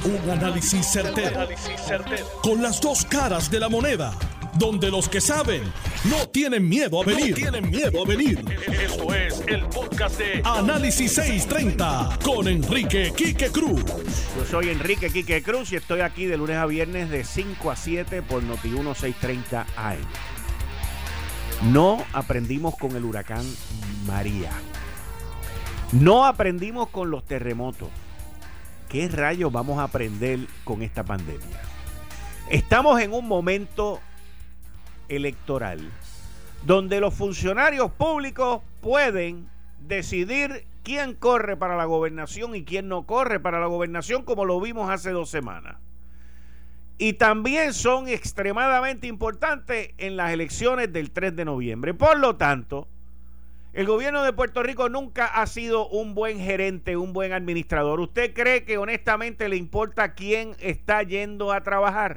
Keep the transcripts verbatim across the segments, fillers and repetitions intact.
Un análisis certero, con las dos caras de la moneda, donde los que saben no tienen miedo a venir. No tienen miedo a venir. Esto es el podcast de Análisis seiscientos treinta con Enrique Quique Cruz. Yo soy Enrique Quique Cruz y estoy aquí de lunes a viernes de cinco a siete por Noti uno seiscientos treinta A M. No aprendimos con el huracán María. No aprendimos con los terremotos. ¿Qué rayos vamos a aprender con esta pandemia? Estamos en un momento electoral donde los funcionarios públicos pueden decidir quién corre para la gobernación y quién no corre para la gobernación, como lo vimos hace dos semanas. Y también son extremadamente importantes en las elecciones del tres de noviembre. Por lo tanto, el gobierno de Puerto Rico nunca ha sido un buen gerente, un buen administrador. ¿Usted cree que honestamente le importa quién está yendo a trabajar?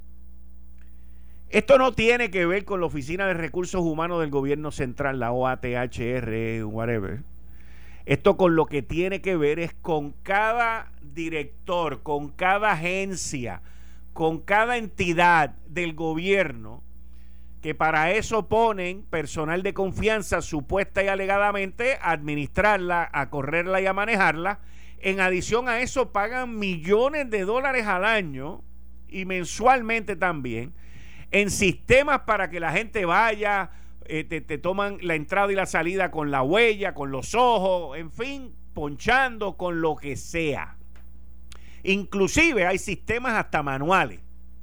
Esto no tiene que ver con la Oficina de Recursos Humanos del Gobierno Central, la O A T H R, whatever. Esto con lo que tiene que ver es con cada director, con cada agencia, con cada entidad del gobierno, que para eso ponen personal de confianza supuesta y alegadamente a administrarla, a correrla y a manejarla. En adición a eso pagan millones de dólares al año y mensualmente también en sistemas para que la gente vaya, eh, te, te toman la entrada y la salida con la huella, con los ojos, en fin, ponchando con lo que sea. Inclusive hay sistemas hasta manuales.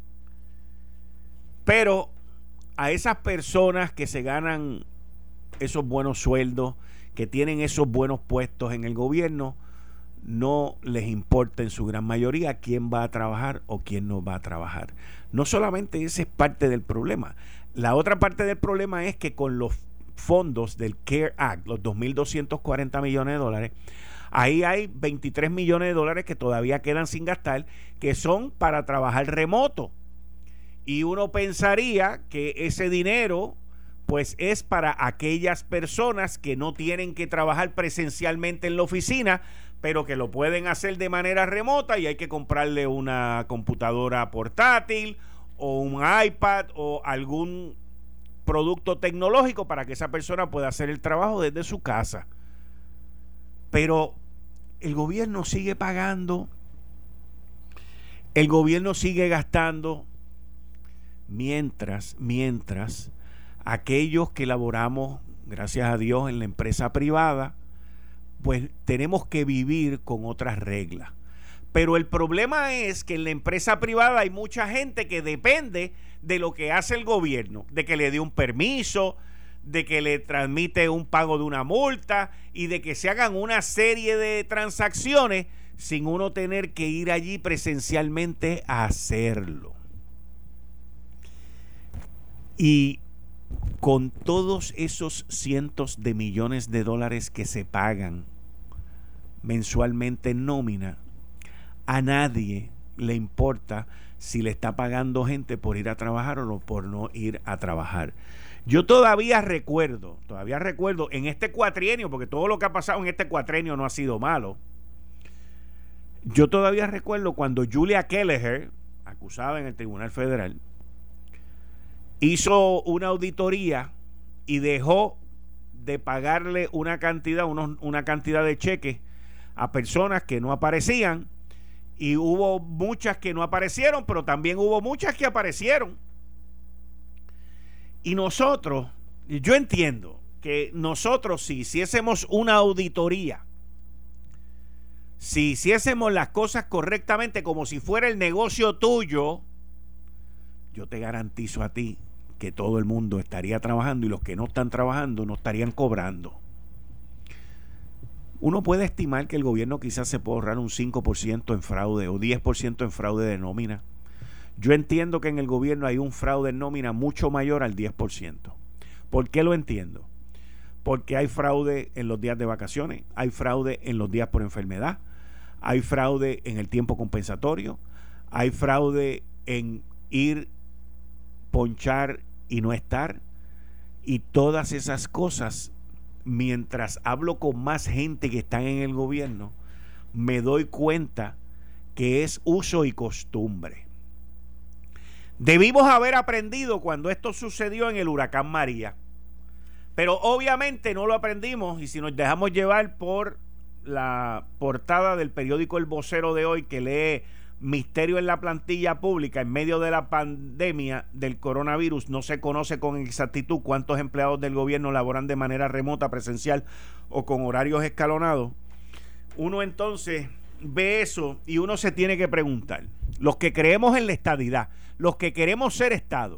Pero a esas personas que se ganan esos buenos sueldos, que tienen esos buenos puestos en el gobierno, no les importa en su gran mayoría quién va a trabajar o quién no va a trabajar. No solamente esa es parte del problema. La otra parte del problema es que con los fondos del CARE Act, los dos mil doscientos cuarenta millones de dólares, ahí hay veintitrés millones de dólares que todavía quedan sin gastar, que son para trabajar remoto. Y uno pensaría que ese dinero pues es para aquellas personas que no tienen que trabajar presencialmente en la oficina, pero que lo pueden hacer de manera remota y hay que comprarle una computadora portátil o un iPad o algún producto tecnológico para que esa persona pueda hacer el trabajo desde su casa. Pero el gobierno sigue pagando, el gobierno sigue gastando, mientras, mientras aquellos que laboramos, gracias a Dios, en la empresa privada, pues tenemos que vivir con otras reglas. Pero el problema es que en la empresa privada hay mucha gente que depende de lo que hace el gobierno, de que le dé un permiso, de que le transmite un pago de una multa y de que se hagan una serie de transacciones sin uno tener que ir allí presencialmente a hacerlo. Y con todos esos cientos de millones de dólares que se pagan mensualmente en nómina, a nadie le importa si le está pagando gente por ir a trabajar o no, por no ir a trabajar. Yo todavía recuerdo, todavía recuerdo en este cuatrienio, porque todo lo que ha pasado en este cuatrienio no ha sido malo. Yo todavía recuerdo cuando Julia Kelleher, acusada en el Tribunal Federal, hizo una auditoría y dejó de pagarle una cantidad, unos, una cantidad de cheques a personas que no aparecían, y hubo muchas que no aparecieron, pero también hubo muchas que aparecieron. Y nosotros, yo entiendo que nosotros si hiciésemos una auditoría, si hiciésemos las cosas correctamente como si fuera el negocio tuyo, yo te garantizo a ti que todo el mundo estaría trabajando y los que no están trabajando no estarían cobrando. Uno puede estimar que el gobierno quizás se puede ahorrar un cinco por ciento en fraude o diez por ciento en fraude de nómina. Yo entiendo que en el gobierno hay un fraude en nómina mucho mayor al diez por ciento. ¿Por qué lo entiendo? Porque hay fraude en los días de vacaciones, hay fraude en los días por enfermedad, hay fraude en el tiempo compensatorio, hay fraude en ir, ponchar y no estar, y todas esas cosas. Mientras hablo con más gente que están en el gobierno, me doy cuenta que es uso y costumbre. Debimos haber aprendido cuando esto sucedió en el huracán María, pero obviamente no lo aprendimos, y si nos dejamos llevar por la portada del periódico El Vocero de hoy, que lee misterio en la plantilla pública en medio de la pandemia del coronavirus, no se conoce con exactitud cuántos empleados del gobierno laboran de manera remota, presencial o con horarios escalonados. Uno entonces ve eso y uno se tiene que preguntar, los que creemos en la estadidad, los que queremos ser Estado,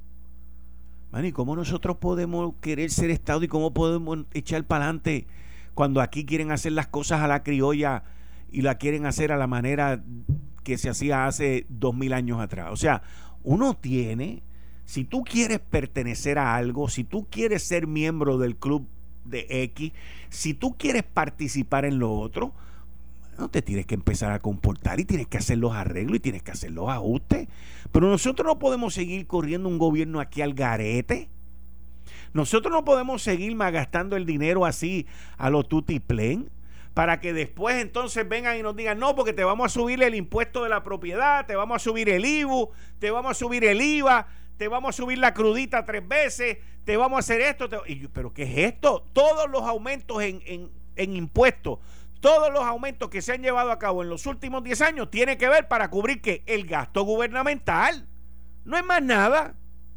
man, ¿y cómo nosotros podemos querer ser Estado y cómo podemos echar para adelante cuando aquí quieren hacer las cosas a la criolla y la quieren hacer a la manera que se hacía hace dos mil años atrás? O sea, uno tiene, si tú quieres pertenecer a algo, si tú quieres ser miembro del club de X, si tú quieres participar en lo otro, no te tienes que empezar a comportar y tienes que hacer los arreglos y tienes que hacer los ajustes. Pero nosotros no podemos seguir corriendo un gobierno aquí al garete. Nosotros no podemos seguir malgastando el dinero así a lo tutiplén, para que después entonces vengan y nos digan, no, porque te vamos a subir el impuesto de la propiedad, te vamos a subir el I B U, te vamos a subir el I V A, te vamos a subir la crudita tres veces, te vamos a hacer esto. Te... Y yo, ¿pero qué es esto? Todos los aumentos en, en, en impuestos, todos los aumentos que se han llevado a cabo en los últimos diez años tienen que ver para cubrir ¿qué? El gasto gubernamental. No es más nada.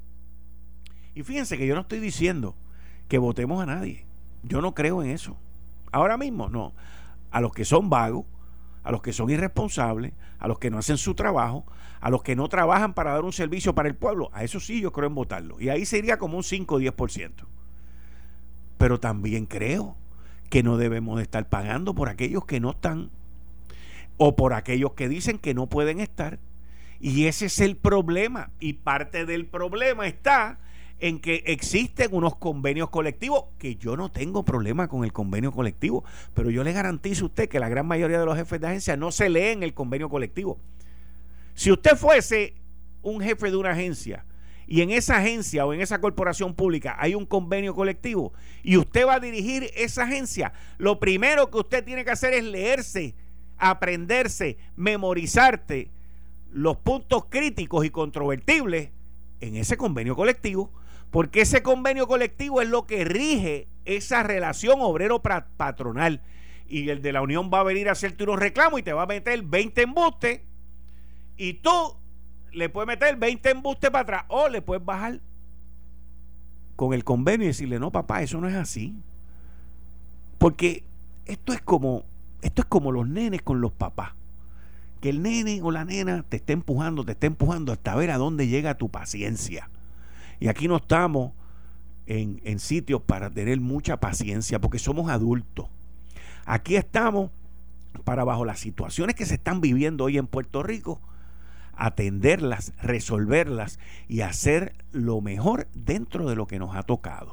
Y fíjense que yo no estoy diciendo que votemos a nadie. Yo no creo en eso. Ahora mismo, no. A los que son vagos, a los que son irresponsables, a los que no hacen su trabajo, a los que no trabajan para dar un servicio para el pueblo, a eso sí yo creo en votarlo. Y ahí sería como un cinco o diez por ciento. Pero también creo que no debemos de estar pagando por aquellos que no están, o por aquellos que dicen que no pueden estar. Y ese es el problema. Y parte del problema está en que existen unos convenios colectivos, que yo no tengo problema con el convenio colectivo, pero yo le garantizo a usted que la gran mayoría de los jefes de agencia no se leen el convenio colectivo. Si usted fuese un jefe de una agencia y en esa agencia o en esa corporación pública hay un convenio colectivo y usted va a dirigir esa agencia, lo primero que usted tiene que hacer es leerse, aprenderse, memorizarte los puntos críticos y controvertibles en ese convenio colectivo, porque ese convenio colectivo es lo que rige esa relación obrero-patronal. Y el de la unión va a venir a hacerte unos reclamos y te va a meter veinte embustes, y tú le puedes meter veinte embustes para atrás, o le puedes bajar con el convenio y decirle, no papá, eso no es así. Porque esto es como esto es como los nenes con los papás, que el nene o la nena te está empujando, te está empujando hasta ver a dónde llega tu paciencia. Y aquí no estamos en, en sitios para tener mucha paciencia, porque somos adultos. Aquí estamos para, bajo las situaciones que se están viviendo hoy en Puerto Rico, atenderlas, resolverlas y hacer lo mejor dentro de lo que nos ha tocado.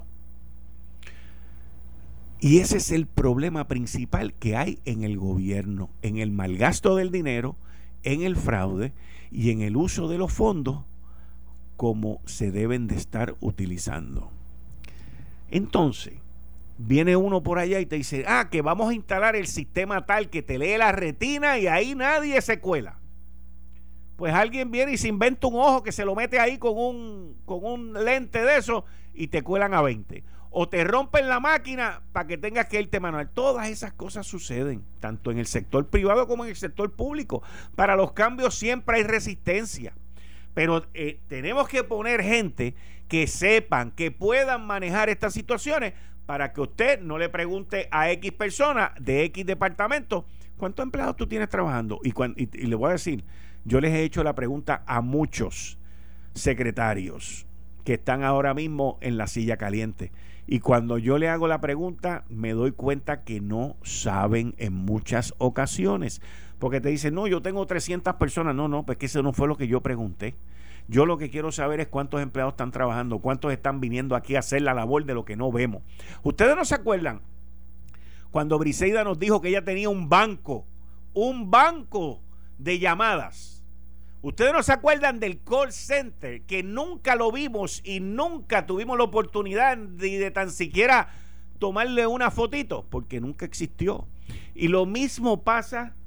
Y ese es el problema principal que hay en el gobierno, en el malgasto del dinero, en el fraude y en el uso de los fondos como se deben de estar utilizando. Entonces, viene uno por allá y te dice, ah, que vamos a instalar el sistema tal que te lee la retina y ahí nadie se cuela. Pues alguien viene y se inventa un ojo que se lo mete ahí con un, con un lente de eso y te cuelan a veinte. O te rompen la máquina para que tengas que irte manual. Todas esas cosas suceden, tanto en el sector privado como en el sector público. Para los cambios siempre hay resistencia. Pero eh, tenemos que poner gente que sepan, que puedan manejar estas situaciones, para que usted no le pregunte a X persona de X departamento, ¿cuántos empleados tú tienes trabajando? Y, cuando, y, y le voy a decir, yo les he hecho la pregunta a muchos secretarios que están ahora mismo en la silla caliente. Y cuando yo le hago la pregunta, me doy cuenta que no saben en muchas ocasiones. Porque te dicen, no, yo tengo trescientas personas. No, no, pues que eso no fue lo que yo pregunté. Yo lo que quiero saber es cuántos empleados están trabajando, cuántos están viniendo aquí a hacer la labor de lo que no vemos. ¿Ustedes no se acuerdan cuando Briseida nos dijo que ella tenía un banco, un banco de llamadas? ¿Ustedes no se acuerdan del call center, que nunca lo vimos y nunca tuvimos la oportunidad de, de tan siquiera tomarle una fotito? Porque nunca existió. Y lo mismo pasa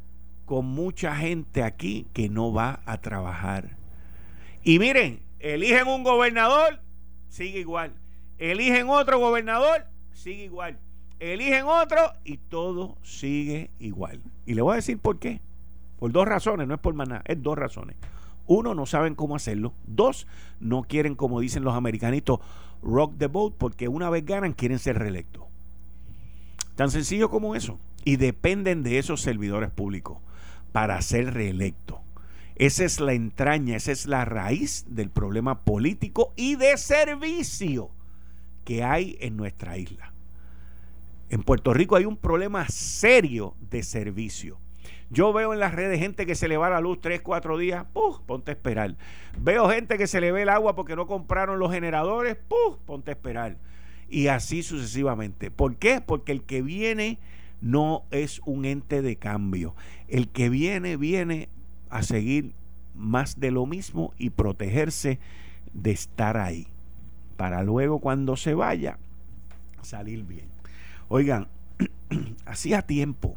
con mucha gente aquí que no va a trabajar. Y miren, eligen un gobernador, sigue igual. Eligen otro gobernador, sigue igual. Eligen otro y todo sigue igual. Y le voy a decir por qué. Por dos razones, no es por más nada, es dos razones. Uno, no saben cómo hacerlo. Dos, no quieren, como dicen los americanitos, rock the boat, porque una vez ganan, quieren ser reelectos. Tan sencillo como eso. Y dependen de esos servidores públicos para ser reelectos. Esa es la entraña, esa es la raíz del problema político y de servicio que hay en nuestra isla. En Puerto Rico hay un problema serio de servicio. Yo veo en las redes gente que se le va la luz tres, cuatro días, ¡puf! Ponte a esperar. Veo gente que se le ve el agua porque no compraron los generadores, ¡puf! Ponte a esperar. Y así sucesivamente. ¿Por qué? Porque el que viene no es un ente de cambio. El que viene, viene a seguir más de lo mismo y protegerse de estar ahí. Para luego, cuando se vaya, salir bien. Oigan, hacía tiempo,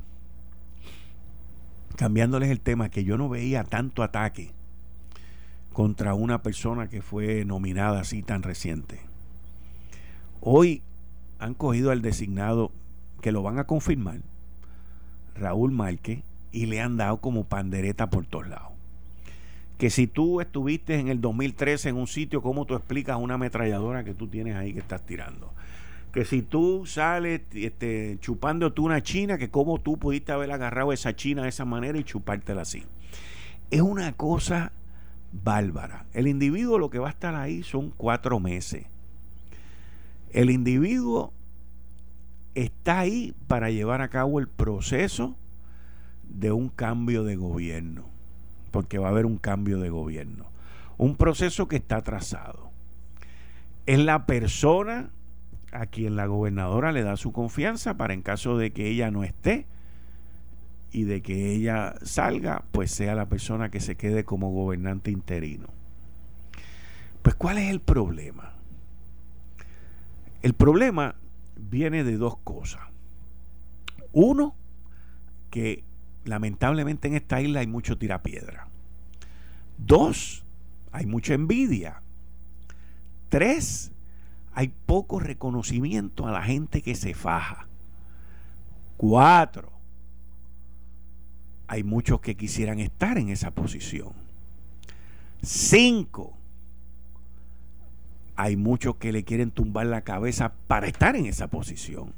cambiándoles el tema, que yo no veía tanto ataque contra una persona que fue nominada así tan reciente. Hoy han cogido al designado, que lo van a confirmar, Raúl Márquez, y le han dado como pandereta por todos lados. Que si tú estuviste en el dos mil trece en un sitio, ¿cómo tú explicas una ametralladora que tú tienes ahí que estás tirando? Que si tú sales este, chupándote una china, que cómo tú pudiste haber agarrado esa china de esa manera y chupártela así. Es una cosa bárbara. El individuo lo que va a estar ahí son cuatro meses. El individuo está ahí para llevar a cabo el proceso de un cambio de gobierno, porque va a haber un cambio de gobierno, un proceso que está trazado. Es la persona a quien la gobernadora le da su confianza para, en caso de que ella no esté y de que ella salga, pues sea la persona que se quede como gobernante interino. Pues ¿cuál es el problema? El problema viene de dos cosas. Uno, que lamentablemente en esta isla hay mucho tirapiedra. Dos, hay mucha envidia. Tres, hay poco reconocimiento a la gente que se faja. Cuatro, hay muchos que quisieran estar en esa posición. Cinco, hay muchos que le quieren tumbar la cabeza para estar en esa posición.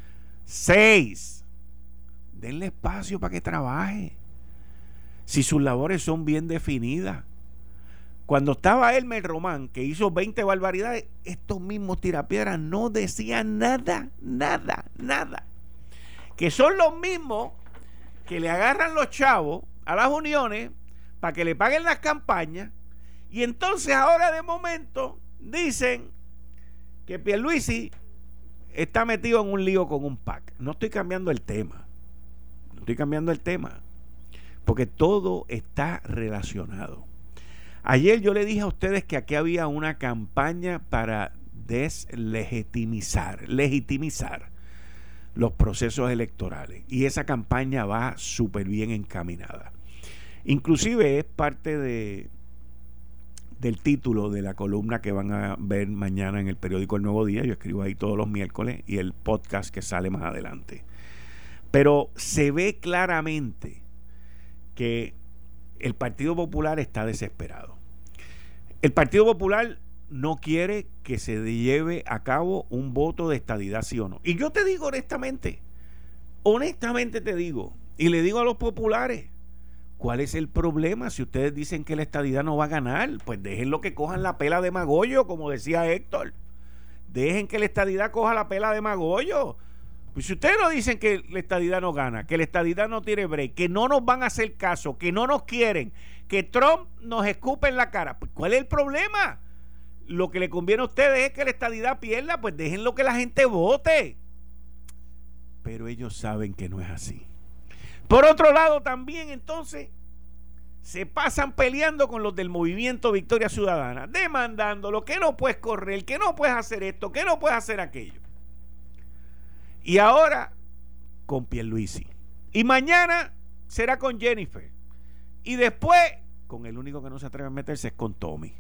Seis, denle espacio para que trabaje. Si sus labores son bien definidas. Cuando estaba Elmer Román, que hizo veinte barbaridades, estos mismos tirapiedras no decían nada, nada, nada. Que son los mismos que le agarran los chavos a las uniones para que le paguen las campañas, y entonces ahora de momento dicen que Pierluisi está metido en un lío con un P A C. No estoy cambiando el tema. No estoy cambiando el tema. Porque todo está relacionado. Ayer yo le dije a ustedes que aquí había una campaña para deslegitimizar, legitimizar los procesos electorales. Y esa campaña va súper bien encaminada. Inclusive es parte de del título de la columna que van a ver mañana en el periódico El Nuevo Día. Yo escribo ahí todos los miércoles, y el podcast que sale más adelante. Pero se ve claramente que el Partido Popular está desesperado. El Partido Popular no quiere que se lleve a cabo un voto de estadidad, sí o no. Y yo te digo honestamente, honestamente te digo, y le digo a los populares, ¿cuál es el problema? Si ustedes dicen que la estadidad no va a ganar, pues déjenlo que cojan la pela de Magollo, como decía Héctor. Dejen que la estadidad coja la pela de Magollo. Pues si ustedes no dicen que la estadidad no gana, que la estadidad no tiene break, que no nos van a hacer caso, que no nos quieren, que Trump nos escupe en la cara, pues ¿cuál es el problema? Lo que le conviene a ustedes es que la estadidad pierda, pues déjenlo que la gente vote. Pero ellos saben que no es así. Por otro lado, también entonces se pasan peleando con los del movimiento Victoria Ciudadana, demandándolo, que no puedes correr, que no puedes hacer esto, que no puedes hacer aquello. Y ahora con Pierluisi. Y mañana será con Jennifer. Y después, con el único que no se atreve a meterse es con Tommy.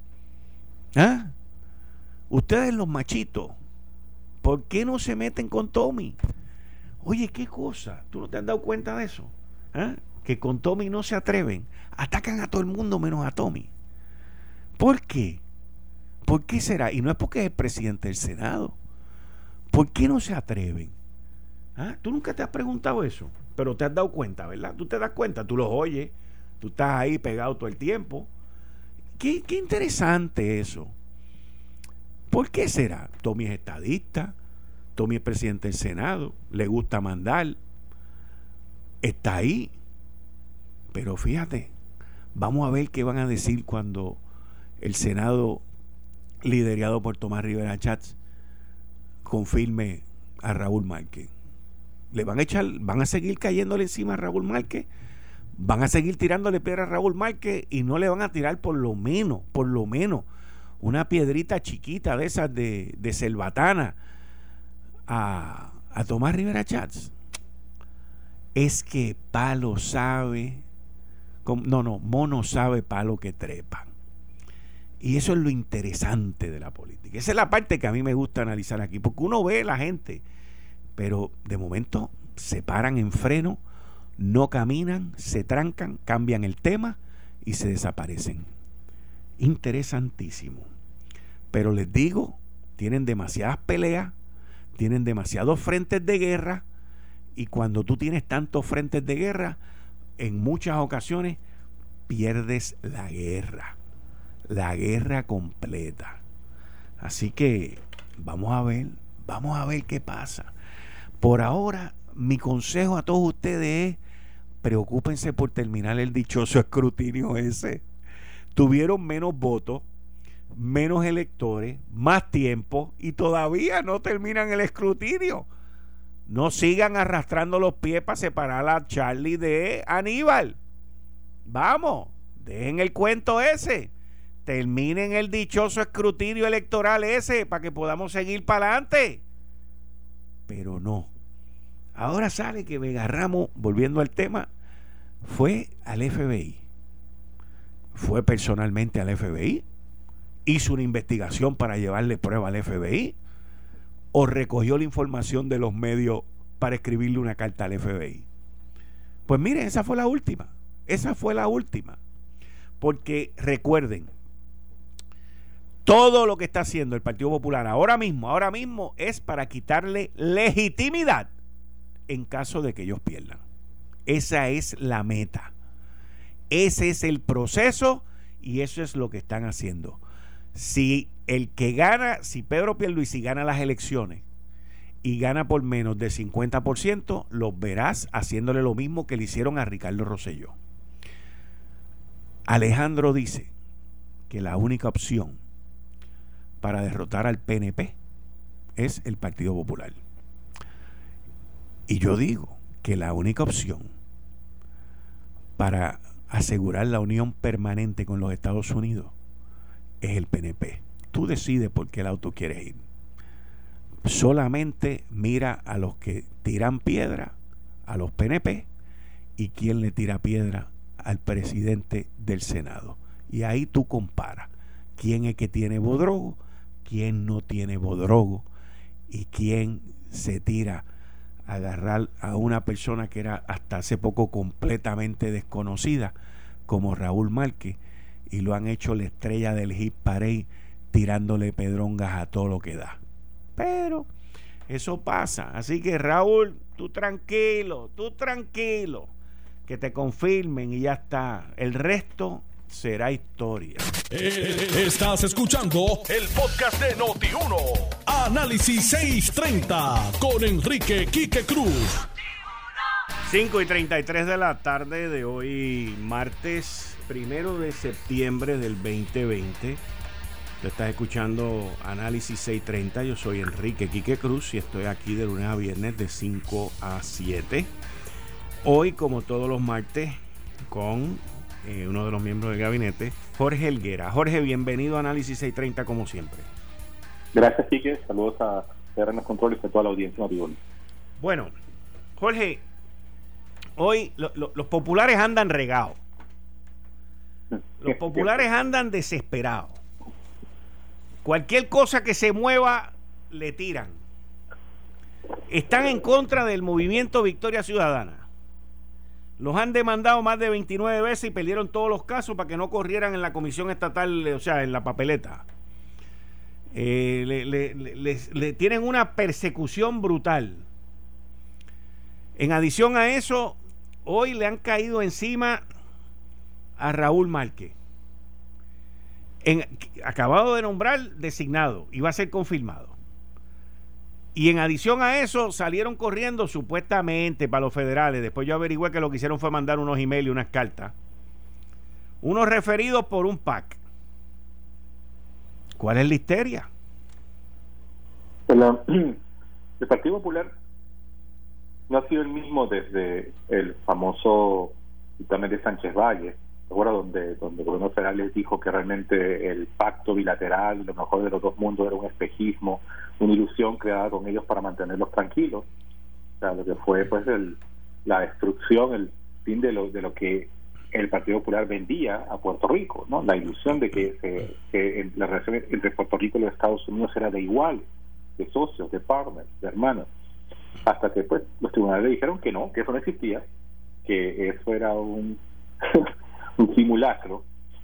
¿Ah? Ustedes los machitos, ¿por qué no se meten con Tommy? Oye, qué cosa, ¿tú no te has dado cuenta de eso? ¿Ah? Que con Tommy no se atreven, atacan a todo el mundo menos a Tommy. ¿Por qué? ¿Por qué será? Y no es porque es el presidente del Senado. ¿Por qué no se atreven? ¿Ah? Tú nunca te has preguntado eso, pero te has dado cuenta, ¿verdad? Tú te das cuenta, tú los oyes, tú estás ahí pegado todo el tiempo. Qué, qué interesante eso. ¿Por qué será? Tommy es estadista, Tommy es presidente del Senado, le gusta mandar, está ahí. Pero fíjate, vamos a ver qué van a decir cuando el Senado, liderado por Tomás Rivera Chats, confirme a Raúl Márquez. Le van a echar, van a seguir cayéndole encima a Raúl Márquez, van a seguir tirándole piedra a Raúl Márquez y no le van a tirar por lo menos, por lo menos, una piedrita chiquita de esas de, de Selvatana a, a Tomás Rivera Chats. Es que palo sabe, no, no, mono sabe palo que trepa. Y eso es lo interesante de la política. Esa es la parte que a mí me gusta analizar aquí, porque uno ve a la gente, pero de momento se paran en freno, no caminan, se trancan, cambian el tema y se desaparecen. Interesantísimo. Pero les digo, tienen demasiadas peleas, tienen demasiados frentes de guerra, y cuando tú tienes tantos frentes de guerra, en muchas ocasiones pierdes la guerra, la guerra completa. Así que vamos a ver, vamos a ver qué pasa. Por ahora, mi consejo a todos ustedes es: preocúpense por terminar el dichoso escrutinio ese. Tuvieron menos votos, menos electores, más tiempo y todavía no terminan el escrutinio. No sigan arrastrando los pies para separar a Charlie de Aníbal. Vamos, dejen el cuento ese. Terminen el dichoso escrutinio electoral ese para que podamos seguir para adelante. Pero no. Ahora sale que Vega Ramos, volviendo al tema, fue al F B I. Fue personalmente al F B I. Hizo una investigación para llevarle prueba al F B I. O recogió la información de los medios para escribirle una carta al F B I. Pues miren, esa fue la última. Esa fue la última. Porque recuerden, todo lo que está haciendo el Partido Popular ahora mismo, ahora mismo es para quitarle legitimidad en caso de que ellos pierdan. Esa es la meta. Ese es el proceso y eso es lo que están haciendo. Si el que gana, si Pedro Pierluisi gana las elecciones y gana por menos del cincuenta por ciento, los verás haciéndole lo mismo que le hicieron a Ricardo Rosselló. Alejandro dice que la única opción para derrotar al P N P es el Partido Popular. Y yo digo que la única opción para asegurar la unión permanente con los Estados Unidos es el P N P. Tú decides por qué lado tú quieres ir. Solamente mira a los que tiran piedra, a los P N P, y quién le tira piedra al presidente del Senado. Y ahí tú comparas quién es que tiene bodrogo, quién no tiene bodrogo, y quién se tira a agarrar a una persona que era hasta hace poco completamente desconocida, como Raúl Márquez, y lo han hecho la estrella del hit parade, tirándole pedrongas a todo lo que da. Pero eso pasa. Así que Raúl, tú tranquilo, tú tranquilo, que te confirmen y ya está. El resto será historia. Estás escuchando el podcast de Noti uno. Análisis seiscientos treinta con Enrique Quique Cruz. cinco y treinta y tres de la tarde de hoy, martes primero de septiembre del veinte veinte. Tú estás escuchando Análisis seiscientos treinta. Yo soy Enrique Quique Cruz y estoy aquí de lunes a viernes de cinco a siete. Hoy, como todos los martes, con eh, uno de los miembros del gabinete, Jorge Helguera. Jorge, bienvenido a Análisis seiscientos treinta como siempre. Gracias, Quique. Saludos a Terrenos Controles y a toda la audiencia. Bueno, Jorge, hoy lo, lo, los populares andan regados. Los populares andan desesperados. Cualquier cosa que se mueva, le tiran. Están en contra del movimiento Victoria Ciudadana. Los han demandado más de veintinueve veces y perdieron todos los casos para que no corrieran en la comisión estatal, o sea, en la papeleta. Eh, le, le, le, le, le tienen una persecución brutal. En adición a eso, hoy le han caído encima a Raúl Márquez. En, acabado de nombrar, designado, y va a ser confirmado. Y en adición a eso, salieron corriendo supuestamente para los federales. Después yo averigüé que lo que hicieron fue mandar unos emails y unas cartas. Unos referidos por un P A C. ¿Cuál es la histeria? El, el Partido Popular no ha sido el mismo desde el famoso dictamen de Sánchez Valle, ahora donde, donde el gobierno federal les dijo que realmente el pacto bilateral, lo mejor de los dos mundos, era un espejismo, una ilusión creada con ellos para mantenerlos tranquilos. O sea, lo que fue pues el, la destrucción, el fin de lo, de lo que el Partido Popular vendía a Puerto Rico, ¿no? La ilusión de que, se, que la relación entre Puerto Rico y los Estados Unidos era de igual, de socios, de partners, de hermanos, hasta que pues los tribunales le dijeron que no, que eso no existía, que eso era un un simulacro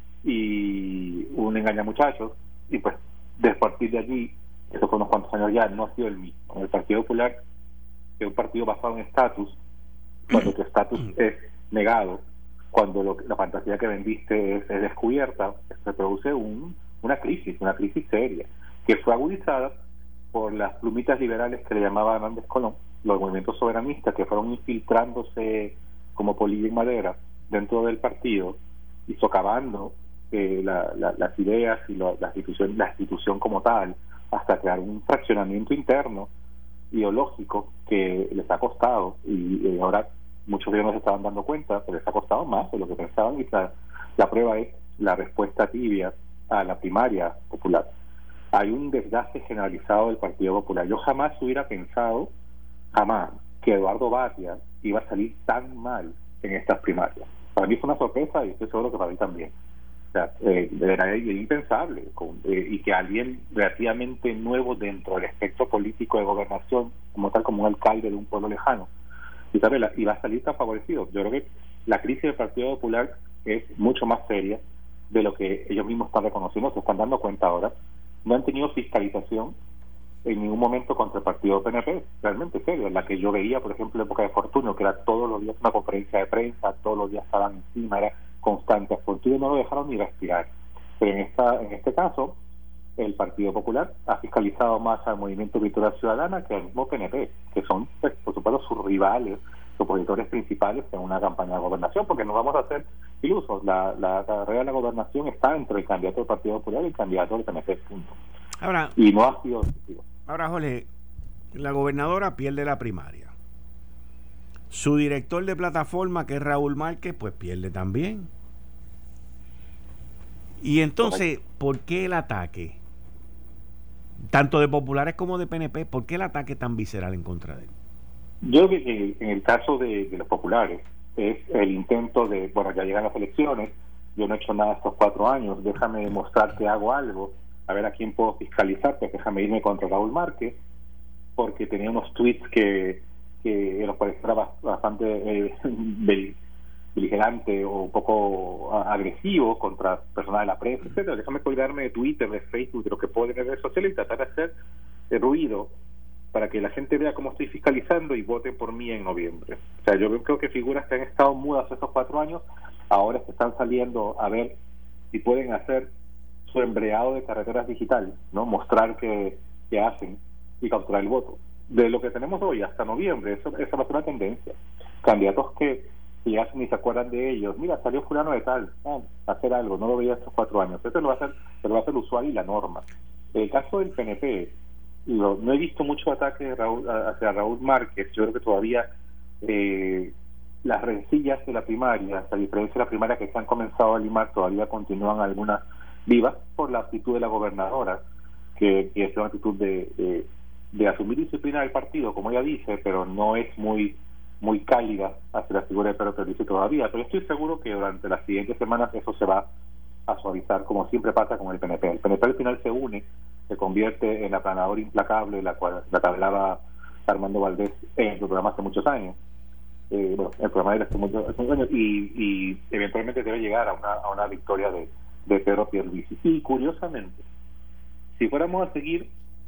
y un engañamuchachos, y pues desde partir de allí, eso fue unos cuantos años ya, no ha sido el mismo. El Partido Popular es un partido basado en estatus. Cuando tu estatus es negado, cuando lo, la fantasía que vendiste es, es descubierta, se produce un, una crisis, una crisis seria, que fue agudizada por las plumitas liberales que le llamaban Hernández Colón, los movimientos soberanistas que fueron infiltrándose como polilla en madera dentro del partido y socavando eh, la, la, las ideas y lo, la institución la institución como tal, hasta crear un fraccionamiento interno ideológico que les ha costado, y eh, ahora muchos de ellos no se estaban dando cuenta, pero les ha costado más de lo que pensaban, y la, la prueba es la respuesta tibia a la primaria popular. Hay un desgaste generalizado del Partido Popular. Yo jamás hubiera pensado, jamás, que Eduardo Batia iba a salir tan mal en estas primarias. Para mí fue una sorpresa y estoy seguro que para mí también. O sea, eh, era impensable con, eh, y que alguien relativamente nuevo dentro del espectro político de gobernación, como tal, como un alcalde de un pueblo lejano, y sabe, iba a salir tan favorecido. Yo creo que la crisis del Partido Popular es mucho más seria de lo que ellos mismos están reconociendo, se están dando cuenta ahora. No han tenido fiscalización en ningún momento contra el partido P N P, realmente serio, la que yo veía, por ejemplo, en la época de Fortunio, que era todos los días una conferencia de prensa, todos los días estaban encima, era constante. A Fortunio no lo dejaron ni respirar. Pero en esta en este caso, el Partido Popular ha fiscalizado más al Movimiento Victoria Ciudadana que al mismo P N P, que son, pues, por supuesto, sus rivales, sus opositores principales en una campaña de gobernación, porque no vamos a hacer ilusos, la, la carrera de la gobernación está entre el candidato del Partido Popular y el candidato del P N P, punto. Ahora, y no ha sido efectivo. Ahora, Jorge, la gobernadora pierde la primaria. Su director de plataforma, que es Raúl Márquez, pues pierde también. Y entonces, ¿por qué el ataque? Tanto de populares como de P N P, ¿por qué el ataque tan visceral en contra de él? Yo creo que en el caso de, de los populares es el intento de, bueno, ya llegan las elecciones, yo no he hecho nada estos cuatro años, déjame mostrar que hago algo, a ver a quién puedo fiscalizar, pues déjame irme contra Raúl Márquez, porque tenía unos tweets que, que los parecía bastante eh, beligerante o un poco agresivo contra personas de la prensa, etcétera. Déjame colgarme de Twitter, de Facebook, de lo que puedo en redes sociales y tratar de hacer de ruido para que la gente vea cómo estoy fiscalizando y voten por mí en noviembre. O sea, yo creo que figuras que han estado mudas esos cuatro años ahora se están saliendo a ver si pueden hacer su embreado de carreteras digital, ¿no? Mostrar que, que hacen y capturar el voto. De lo que tenemos hoy hasta noviembre, eso, esa va a ser una tendencia. Candidatos que, que ya ni se acuerdan de ellos, mira, salió fulano de tal, ah, hacer algo, no lo veía estos cuatro años. Eso lo va a ser, lo va a ser usual y la norma. El caso del P N P, lo, no he visto mucho ataque de Raúl, hacia Raúl Márquez. Yo creo que todavía eh, las rencillas de la primaria, a diferencia de la primaria que se han comenzado a limar, todavía continúan algunas vivas por la actitud de la gobernadora, que, que es una actitud de, de, de asumir disciplina del partido, como ella dice, pero no es muy muy cálida hacia la figura de Pedro Pierluisi todavía, pero estoy seguro que durante las siguientes semanas eso se va a suavizar, como siempre pasa con el P N P. El P N P al final se une, se convierte en la aplanadora implacable, la cual la que hablaba Armando Valdés en su programa hace muchos años, eh, bueno, el programa de hace muchos, hace muchos años, y, y eventualmente debe llegar a una, a una victoria de, de Pedro Pierluisi. Y curiosamente, si fuéramos a seguir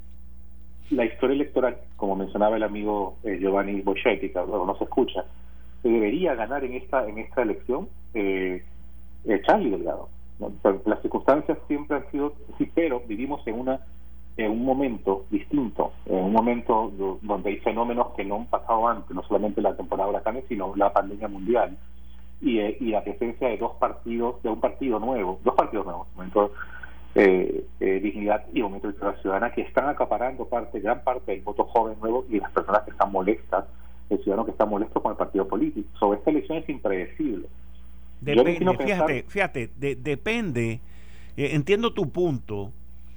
la historia electoral, como mencionaba el amigo eh, Giovanni Boschetti, que luego no se escucha, se debería ganar en esta en esta elección eh, eh, Charlie Delgado, ¿no? Las circunstancias siempre han sido sí, pero vivimos en una en un momento distinto, en un momento do, donde hay fenómenos que no han pasado antes, no solamente la temporada de huracanes, sino la pandemia mundial, y, eh, y la presencia de dos partidos, de un partido nuevo, dos partidos nuevos, momento, eh, eh, Dignidad y Movimiento de Victoria Ciudadana, que están acaparando parte, gran parte del voto joven nuevo y las personas que están molestas, el ciudadano que está molesto con el partido político. Sobre esta elección es impredecible. Depende, fíjate, pensar... fíjate, de, depende, eh, entiendo tu punto,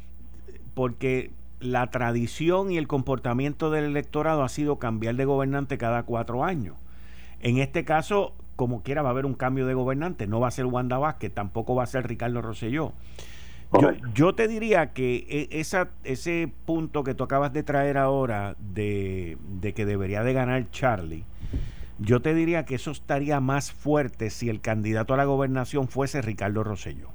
porque la tradición y el comportamiento del electorado ha sido cambiar de gobernante cada cuatro años. En este caso, como quiera, va a haber un cambio de gobernante. No va a ser Wanda Vázquez, tampoco va a ser Ricardo Rosselló. Yo, yo te diría que esa, ese punto que tú acabas de traer ahora de, de que debería de ganar Charlie, yo te diría que eso estaría más fuerte si el candidato a la gobernación fuese Ricardo Rosselló.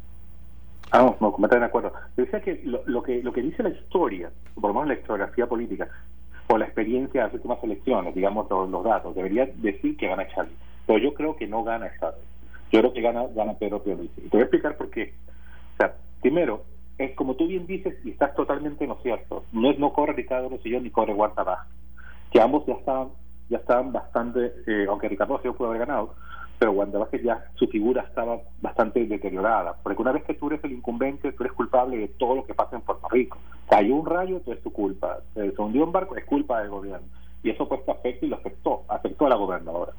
Ah, no, no, completamente de acuerdo. Yo decía que lo, lo que lo que dice la historia, por lo menos la historiografía política, o la experiencia de las últimas elecciones, digamos los, los datos, debería decir que gana Charlie. Pero yo creo que no gana esta vez. Yo creo que gana, gana Pedro Pierluisi. Te voy a explicar por qué. O sea, primero, es como tú bien dices, y estás totalmente en lo cierto, no es no corre Ricardo Rosselló ni corre Wanda Vázquez, que ambos ya estaban, ya estaban bastante, eh, aunque Ricardo Rosselló pudo haber ganado, pero Wanda Vázquez ya su figura estaba bastante deteriorada, porque una vez que tú eres el incumbente, tú eres culpable de todo lo que pasa en Puerto Rico. Cayó un rayo, entonces es tu culpa. Se hundió un barco, es culpa del gobierno. Y eso pues te afecta y lo afectó, afectó a la gobernadora.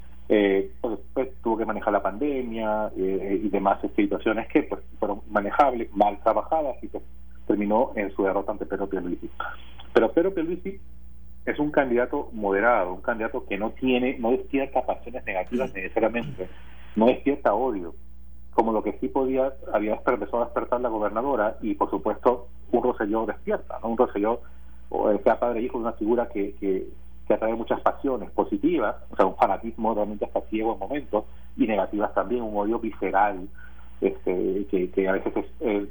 Eh, pues después tuvo que manejar la pandemia eh, y demás situaciones que pues fueron manejables, mal trabajadas, y pues terminó en su derrota ante Pedro Pierluisi. Pero Pedro Pierluisi es un candidato moderado, un candidato que no tiene, no despierta pasiones negativas necesariamente, no despierta odio, como lo que sí podía, había empezado a despertar la gobernadora, y por supuesto un Rosselló despierta, ¿no? Un Rosselló, o sea padre e hijo, de una figura que, que, que atrae muchas pasiones positivas, o sea un fanatismo realmente hasta ciego en momentos, y negativas también, un odio visceral, este, que, que a veces es, es,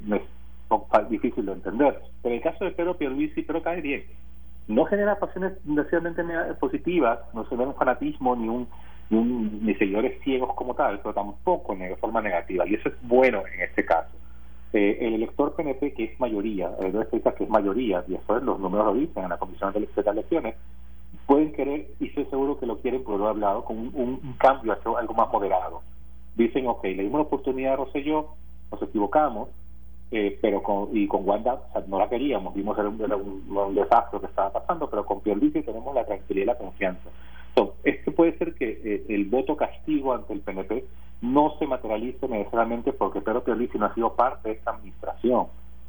es difícil de entender. Pero en el caso de Pedro Pierluisi, pero cae bien. No genera pasiones necesariamente positivas, no se ve un fanatismo ni un, ni un ni seguidores ciegos como tal, pero tampoco de forma negativa, y eso es bueno en este caso. Eh, el elector P N P, que es mayoría, el elector que es mayoría, y eso es, los números lo dicen en la Comisión de Elecciones, pueden querer, y estoy seguro que lo quieren, porque lo he hablado, con un, un, un cambio hacia algo más moderado. Dicen, ok, le dimos la oportunidad a Rosselló, nos equivocamos, Eh, pero con, y con Wanda, o sea, no la queríamos, vimos era un, era un, un desastre que estaba pasando, pero con Pierluisi tenemos la tranquilidad y la confianza. Entonces, este puede ser que eh, el voto castigo ante el P N P no se materialice necesariamente porque Pedro Pierluisi no ha sido parte de esta administración,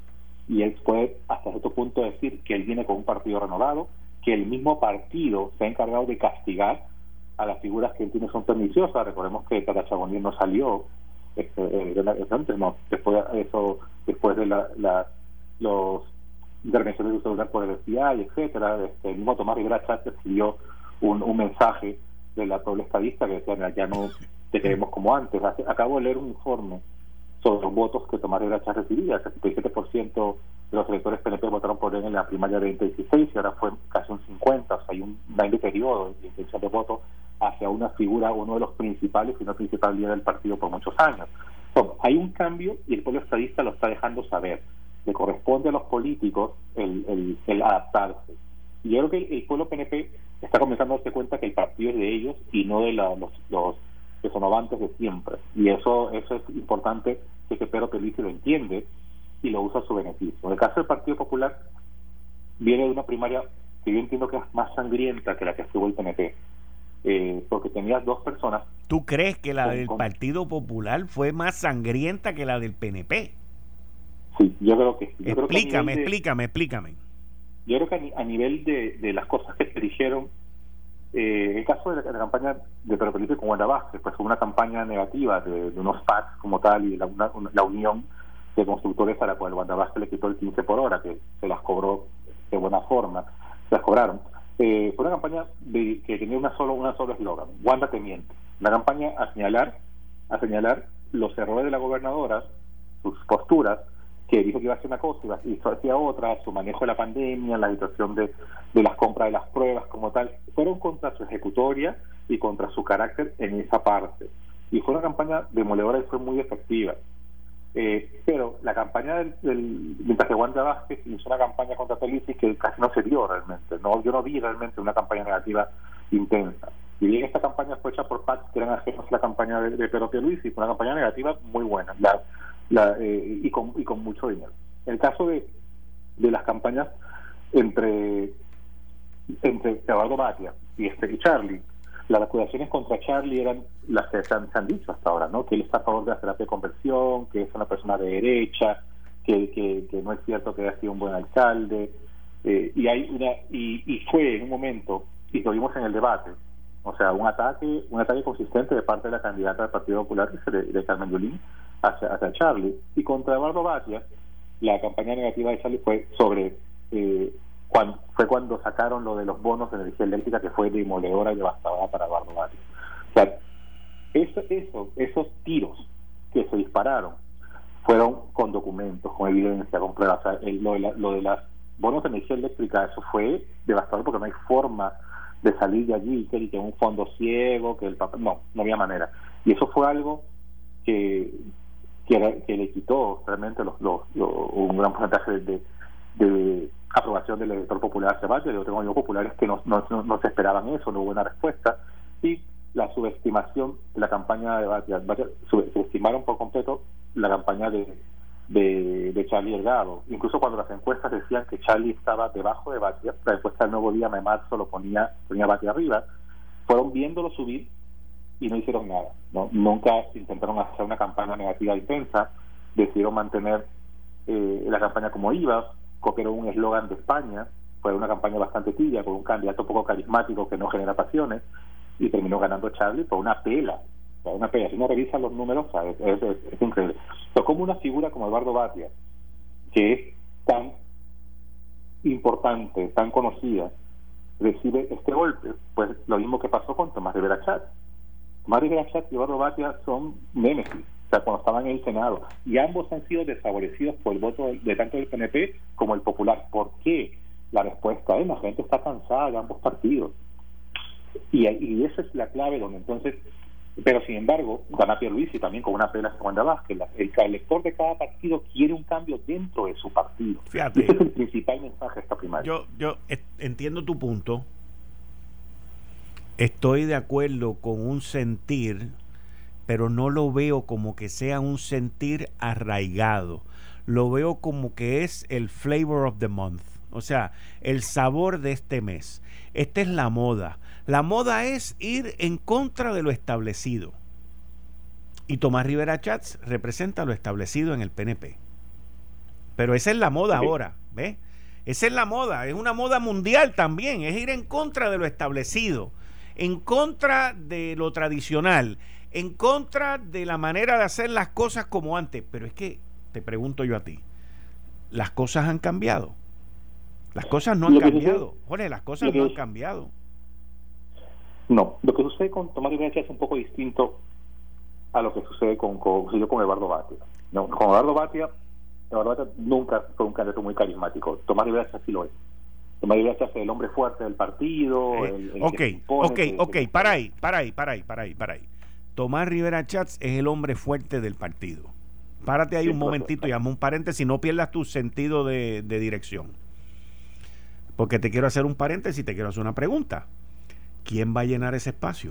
y él puede hasta cierto punto decir que él viene con un partido renovado, que el mismo partido se ha encargado de castigar a las figuras que él tiene son perniciosas. Recordemos que Tata Charbonnier no salió Este, eh, antes no, después de eso, después de la, la, los intervenciones de celular por el F B I, etcétera, este, el mismo Tomás Rivera Chávez escribió un, un mensaje de la puebla estadista que decía, ya no te queremos como antes. Acabo de leer un informe sobre los votos que Tomás Rivera Chávez recibía. El setenta y siete por ciento de los electores P N P votaron por él en la primaria de veinte dieciséis, y ahora fue casi un cincuenta, o sea, hay un grande periodo de intención de voto hacia una figura, uno de los principales, y no principal líder del partido por muchos años. Entonces, hay un cambio, y el pueblo estadista lo está dejando saber. Le corresponde a los políticos el, el, el adaptarse. Y yo creo que el, el pueblo P N P está comenzando a darse cuenta que el partido es de ellos y no de la, los, los desonobantes de siempre. Y eso eso es importante, que Pedro Pierluisi lo entiende y lo usa a su beneficio. En el caso del Partido Popular, viene de una primaria que yo entiendo que es más sangrienta que la que estuvo el P N P. Eh, porque tenías dos personas. ¿Tú crees que la con, del con... Partido Popular fue más sangrienta que la del P N P? Sí, yo creo que sí. Yo explícame, creo que explícame, de, explícame. Yo creo que a, a nivel de, de las cosas que se dijeron, Eh, el caso de la, de la campaña de Pedro Felipe con Wanda Vázquez, pues fue una campaña negativa de, de unos P A Cs como tal y la, una, la unión de constructores a la cual Wanda Vázquez le quitó el quince por hora, que se las cobró de buena forma, se las cobraron. Eh, fue una campaña de, que tenía una solo una solo eslogan: Wanda te miente. Una campaña a señalar, a señalar los errores de la gobernadora, sus posturas, que dijo que iba a hacer una cosa y hacía otra, su manejo de la pandemia, la situación de, de las compras de las pruebas como tal, fueron contra su ejecutoria y contra su carácter en esa parte. Y fue una campaña demoledora y fue muy efectiva. Eh, pero la campaña del, del mientras que Wanda Vázquez hizo una campaña contra Felipe que casi no se dio realmente, no yo no vi realmente una campaña negativa intensa. Y bien, esta campaña fue hecha por P A C que eran ajenos a la campaña de, de Pedro Pierluisi, fue una campaña negativa muy buena. La, La, eh, y, con, y con mucho dinero. El caso de, de las campañas entre entre Eduardo Batia y este y Charlie, las acusaciones contra Charlie eran las que se han, se han dicho hasta ahora, ¿no? Que él está a favor de la terapia de conversión, que es una persona de derecha, que, que, que no es cierto que haya sido un buen alcalde, eh, y hay una y, y fue en un momento, y lo vimos en el debate, o sea, un ataque un ataque consistente de parte de la candidata del Partido Popular, de, de Carmen Yulín, hacia, hacia Charlie, y contra Eduardo Batia la campaña negativa de Charlie fue sobre eh, cuando, fue cuando sacaron lo de los bonos de energía eléctrica, que fue demoledora y devastadora para Eduardo Batia. O sea, eso, eso, esos tiros que se dispararon fueron con documentos, con evidencia, con pruebas. O sea, el, lo, de la, lo de las bonos de energía eléctrica, eso fue devastador porque no hay forma de salir de allí, que, que un fondo ciego, que el papel, no, no había manera. Y eso fue algo que que, que le quitó realmente los, los, los, un gran porcentaje de, de, de aprobación del elector popular hacia Batia. Yo tengo amigos populares que no, no, no, no se esperaban eso, no hubo una respuesta, y la subestimación de la campaña de Batia, Batia subestimaron por completo la campaña de, de, de Charlie Delgado. Incluso cuando las encuestas decían que Charlie estaba debajo de Batia, la encuesta del Nuevo Día de marzo lo ponía, ponía Batia arriba, fueron viéndolo subir y no hicieron nada, ¿no? Nunca intentaron hacer una campaña negativa intensa, decidieron mantener eh, la campaña como iba, copiaron un eslogan de España, fue una campaña bastante tibia, con un candidato poco carismático que no genera pasiones, y terminó ganando Charlie por una pela, o sea, una pela. Si uno revisa los números, ¿sabes? Es, es, es increíble. Pero como una figura como Eduardo Batia, que es tan importante, tan conocida, recibe este golpe, pues lo mismo que pasó con Tomás Rivera Schatz. Tomás Rivera Schatz y Eduardo Batia son némesis, o sea, cuando estaban en el Senado, y ambos han sido desfavorecidos por el voto de, de tanto del P N P como el Popular. ¿Por qué? La respuesta es: la gente está cansada de ambos partidos, y, y esa es la clave donde entonces, pero sin embargo gana Pierluisi también con una pela segunda Vázquez. El, el elector de cada partido quiere un cambio dentro de su partido. Fíjate, ese es el principal mensaje de esta primaria. Yo, yo entiendo tu punto. Estoy de acuerdo con un sentir, pero no lo veo como que sea un sentir arraigado. Lo veo como que es el flavor of the month, o sea, el sabor de este mes. Esta es la moda. La moda es ir en contra de lo establecido. Y Tomás Rivera Schatz representa lo establecido en el P N P. Pero esa es la moda okay. ahora, ¿ves? Esa es la moda, es una moda mundial también, es ir en contra de lo establecido, en contra de lo tradicional, en contra de la manera de hacer las cosas como antes. Pero es que, te pregunto yo a ti, ¿las cosas han cambiado? Las cosas no han cambiado. Jorge, las cosas no han cambiado. No, lo que sucede con Tomás Rivera Schatz es un poco distinto a lo que sucede con, con, con Eduardo Batia. No, con Eduardo Batia, Eduardo Batia nunca fue un candidato muy carismático. Tomás Rivera Schatz sí lo es. Tomás Rivera Schatz es el hombre fuerte del partido. Eh, el, el ok, impone, ok, el, ok, el, para ahí, para ahí, para ahí, para ahí, para ahí. Tomás Rivera Schatz es el hombre fuerte del partido. Párate ahí sí, un momentito y hazme un paréntesis, no pierdas tu sentido de, de dirección. Porque te quiero hacer un paréntesis y te quiero hacer una pregunta. ¿Quién va a llenar ese espacio?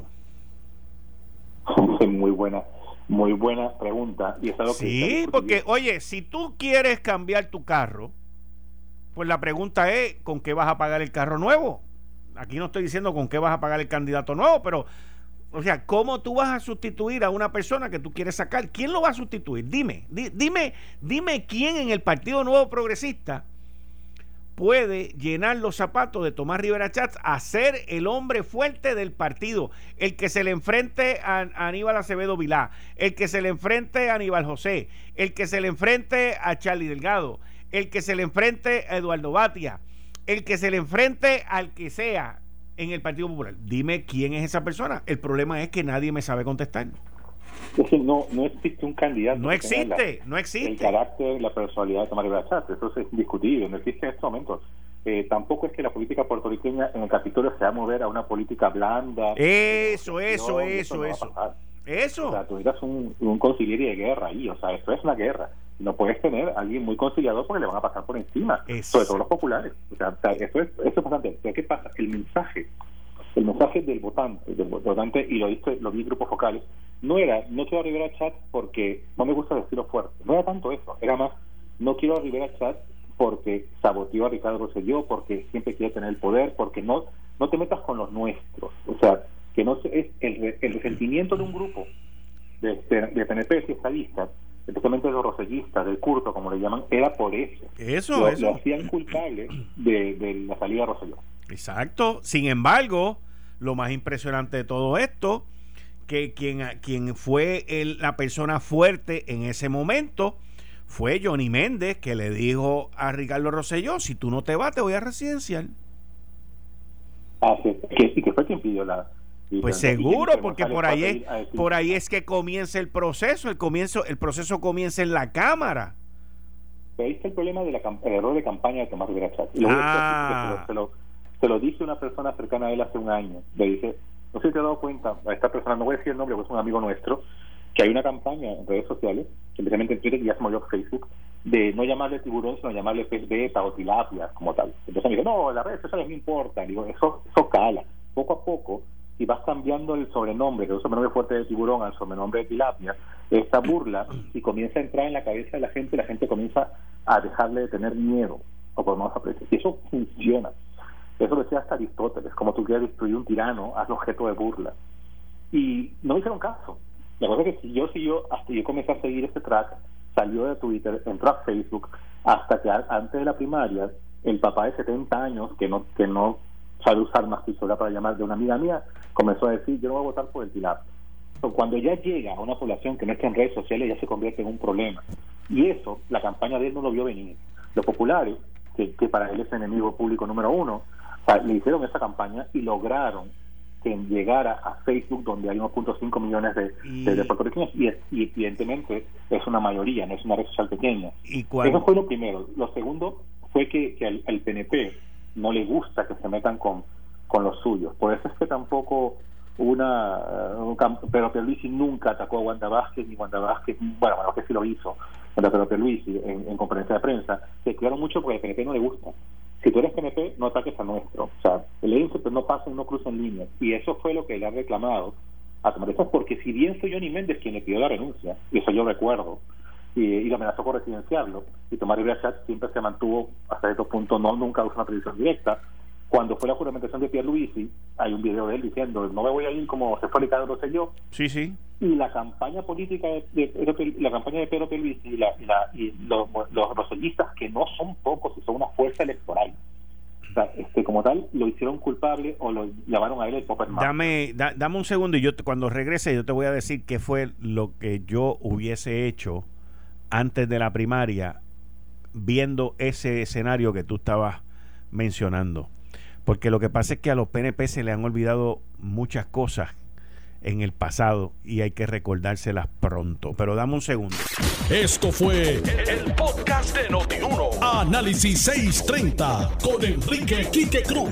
Muy buena, muy buena pregunta. Y es algo sí, que porque, oye, si tú quieres cambiar tu carro, pues la pregunta es, ¿con qué vas a pagar el carro nuevo? Aquí no estoy diciendo con qué vas a pagar el candidato nuevo, pero, o sea, ¿cómo tú vas a sustituir a una persona que tú quieres sacar? ¿Quién lo va a sustituir? Dime, di, dime, dime quién en el Partido Nuevo Progresista puede llenar los zapatos de Tomás Rivera Chats a ser el hombre fuerte del partido, el que se le enfrente a, a Aníbal Acevedo Vilá, el que se le enfrente a Aníbal José, el que se le enfrente a Charlie Delgado, el que se le enfrente a Eduardo Batia, el que se le enfrente al que sea en el Partido Popular. Dime quién es esa persona. El problema es que nadie me sabe contestar. Es que no, no existe un candidato. No existe, la, no existe. El carácter, la personalidad de Tomás Rivera Chats, eso es indiscutible, no existe en estos momentos. Eh, tampoco es que la política puertorriqueña en el Capitolio se va a mover a una política blanda. Eso, eso, eso, eso. No eso. Eso. O sea, tú eras un, un conciliere de guerra ahí, o sea, esto es una guerra. No puedes tener a alguien muy conciliador porque le van a pasar por encima, eso. Sobre todo los populares. O sea, eso es, eso es bastante. Pero ¿qué pasa? El mensaje, el mensaje del votante, del votante, y lo viste, lo vi en grupos focales, no era, no quiero a Rivera Chats porque no me gusta el estilo fuerte, no era tanto eso, era más, no quiero a Rivera Chats porque saboteó a Ricardo Rosselló, porque siempre quiere tener el poder, porque no no te metas con los nuestros, o sea, que no se, es el, el resentimiento de un grupo de, de, de P N P y estadistas, especialmente de los rosellistas, del curto, como le llaman, era por eso. Eso, lo, eso. Lo hacían culpable de, de la salida de Rosselló. Exacto. Sin embargo, lo más impresionante de todo esto, que quien, quien fue el, la persona fuerte en ese momento fue Johnny Méndez, que le dijo a Ricardo Rosselló: si tú no te vas, te voy a residencial. Ah, sí, que, y que fue quien pidió la... Pues seguro, porque por ahí es, por ahí es que comienza el proceso, el comienzo, el proceso comienza en la Cámara. Pero ahí está el problema del error de campaña de Tomás Rivera Chats. Ah. Se lo, se lo dice una persona cercana a él hace un año. Le dice, no sé si te has dado cuenta, a esta persona, no voy a decir el nombre porque es un amigo nuestro, que hay una campaña en redes sociales, especialmente en Twitter, y ya se movió Facebook, de no llamarle tiburón, sino llamarle pez beta o tilapia como tal. Entonces me dice, no, las redes sociales no importan. Digo, eso, eso cala. Poco a poco, si vas cambiando el sobrenombre, que es un sobrenombre fuerte de tiburón al sobrenombre de tilapia, esta burla, si comienza a entrar en la cabeza de la gente, la gente comienza a dejarle de tener miedo, o por más aprecio. Y eso funciona. Eso lo decía hasta Aristóteles, como tú quieres destruir un tirano, hazlo objeto de burla. Y no me hicieron caso. La cosa es que si yo, si yo, hasta yo comencé a seguir este track, salió de Twitter, entró a Facebook, hasta que a, antes de la primaria, el papá de setenta años, que no, que no sabe usar más pistola para llamar, de una amiga mía, comenzó a decir, yo no voy a votar por el tilapia. Cuando ya llega a una población que no está en redes sociales, ya se convierte en un problema. Y eso, la campaña de él no lo vio venir. Los populares, que, que para él es enemigo público número uno, o sea, le hicieron esa campaña y lograron que llegara a Facebook, donde hay uno punto cinco millones de, de, de puertorriqueños, y, y evidentemente es una mayoría, no es una red social pequeña. ¿Y cuál? Eso fue lo primero. Lo segundo fue que, que al, al P N P no le gusta que se metan con, con los suyos. Por eso es que tampoco una... Uh, un, pero Pierluisi nunca atacó a Wanda Vázquez, ni Wanda Vázquez, bueno, bueno, que sí lo hizo, pero Pierluisi en, en conferencia de prensa, se cuidaron mucho porque al P N P no le gusta. Si tú eres P N P, no ataques a nuestro. O sea, el índice, pues no pasen, no crucen líneas. Y eso fue lo que le han reclamado a Tomás Rivera, porque si bien fue Johnny Méndez quien le pidió la renuncia, y eso yo recuerdo, y, y lo amenazó con residenciarlo, y Tomás Rivera Chats siempre se mantuvo hasta cierto punto, no nunca usó una predicción directa. Cuando fue la juramentación de Pierluisi, hay un video de él diciendo, no me voy a ir como se fue Ricardo Rosselló. Sí, sí. Y la campaña política de, de, de la campaña de Pedro Pierluisi y, la, y, la, y los, los rosellistas, que no son pocos y son una fuerza electoral, o sea, este, como tal, lo hicieron culpable o lo llamaron a él el Popperman. Dame, da, dame un segundo y yo cuando regrese yo te voy a decir qué fue lo que yo hubiese hecho antes de la primaria viendo ese escenario que tú estabas mencionando. Porque lo que pasa es que a los P N P se le han olvidado muchas cosas en el pasado y hay que recordárselas pronto. Pero dame un segundo. Esto fue el podcast de Notiuno. Análisis seiscientos treinta con Enrique Quique Cruz.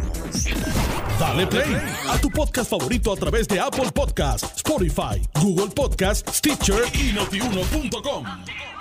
Dale play a tu podcast favorito a través de Apple Podcasts, Spotify, Google Podcasts, Stitcher y notiuno punto com.